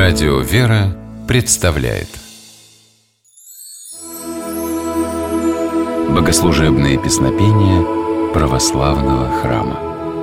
Радио «Вера» представляет богослужебные песнопения православного храма.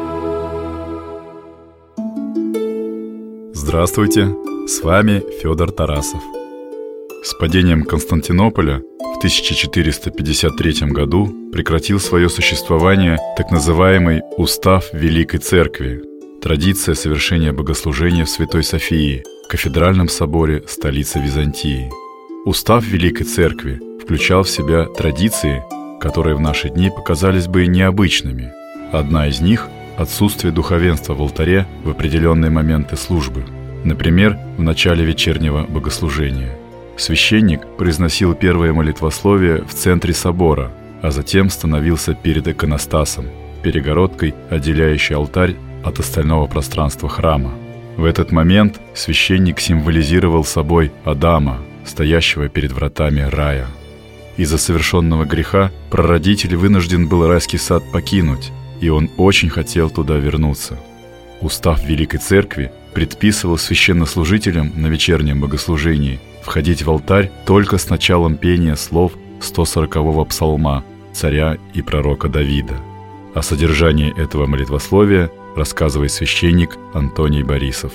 Здравствуйте, с вами Федор Тарасов. С падением Константинополя в 1453 году прекратил свое существование так называемый Устав Великой Церкви, традиция совершения богослужения в Святой Софии, кафедральном соборе столицы Византии. Устав Великой Церкви включал в себя традиции, которые в наши дни показались бы необычными. Одна из них – отсутствие духовенства в алтаре в определенные моменты службы. Например, в начале вечернего богослужения. Священник произносил первое молитвословие в центре собора, а затем становился перед иконостасом, перегородкой, отделяющей алтарь от остального пространства храма. В этот момент священник символизировал собой Адама, стоящего перед вратами рая. Из-за совершенного греха прародитель вынужден был райский сад покинуть, и он очень хотел туда вернуться. Устав Великой Церкви предписывал священнослужителям на вечернем богослужении входить в алтарь только с началом пения слов 140-го псалма царя и пророка Давида. О содержании этого молитвословия рассказывает священник Антоний Борисов.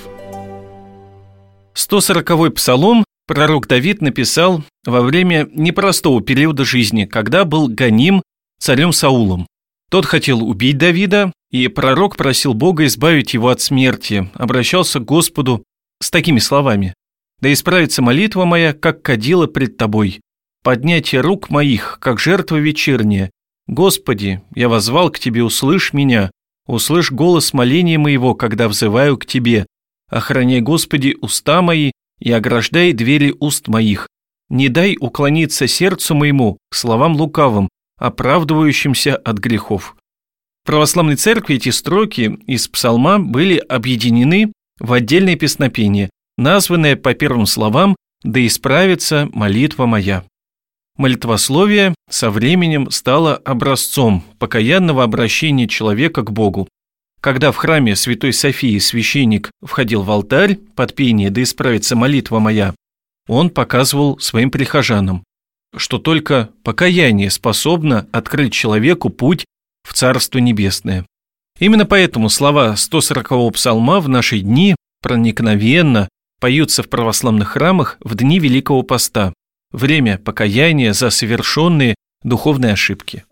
140-й псалом пророк Давид написал во время непростого периода жизни, когда был гоним царем Саулом. Тот хотел убить Давида, и пророк просил Бога избавить его от смерти, обращался к Господу с такими словами: «Да исправится молитва моя, как кадила пред тобой, поднятие рук моих, как жертва вечерняя. Господи, я воззвал к Тебе, услышь меня, услышь голос моления моего, когда взываю к Тебе. Охраняй, Господи, уста мои и ограждай двери уст моих. Не дай уклониться сердцу моему к словам лукавым, оправдывающимся от грехов». В православной церкви эти строки из псалма были объединены в отдельное песнопение, названное по первым словам «Да исправится молитва моя». Молитвословие со временем стало образцом покаянного обращения человека к Богу. Когда в храме Святой Софии священник входил в алтарь под пение «Да исправится молитва моя», он показывал своим прихожанам, что только покаяние способно открыть человеку путь в Царство Небесное. Именно поэтому слова 140-го псалма в наши дни проникновенно поются в православных храмах в дни Великого Поста, время покаяния за совершенные духовные ошибки.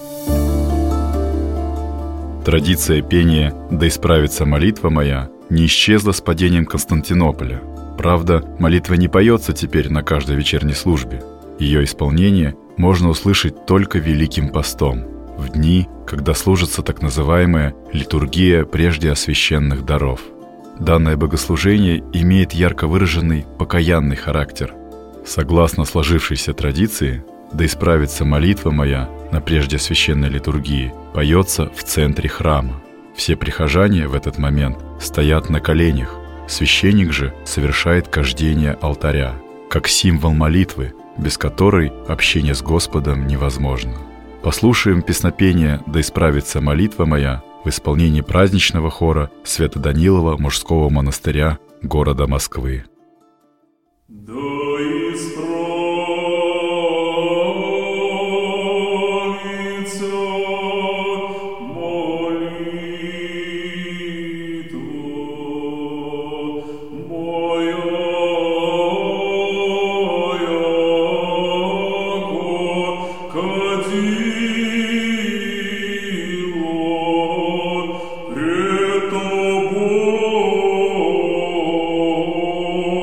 Традиция пения «Да исправится молитва моя» не исчезла с падением Константинополя. Правда, молитва не поется теперь на каждой вечерней службе. Ее исполнение можно услышать только Великим Постом, в дни, когда служится так называемая литургия прежде освященных даров. Данное богослужение имеет ярко выраженный покаянный характер. Согласно сложившейся традиции, «Да исправится молитва моя» на прежде священной литургии поется в центре храма. Все прихожане в этот момент стоят на коленях. Священник же совершает кождение алтаря, как символ молитвы, без которой общение с Господом невозможно. Послушаем песнопение «Да исправится молитва моя» в исполнении праздничного хора Свято-Данилова мужского монастыря города Москвы. Пред тобой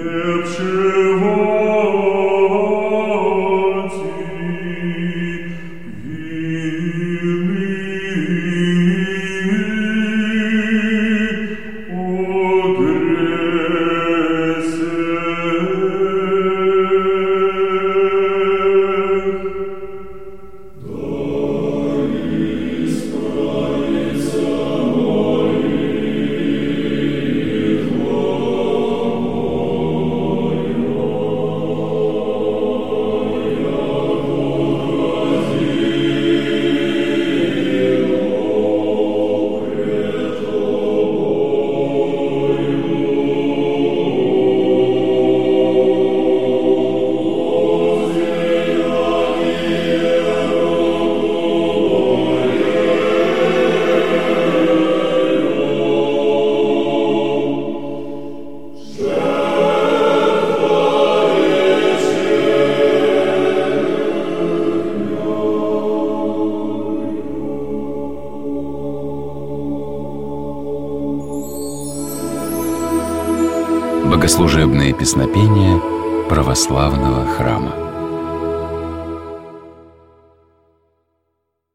Богослужебные песнопения православного храма.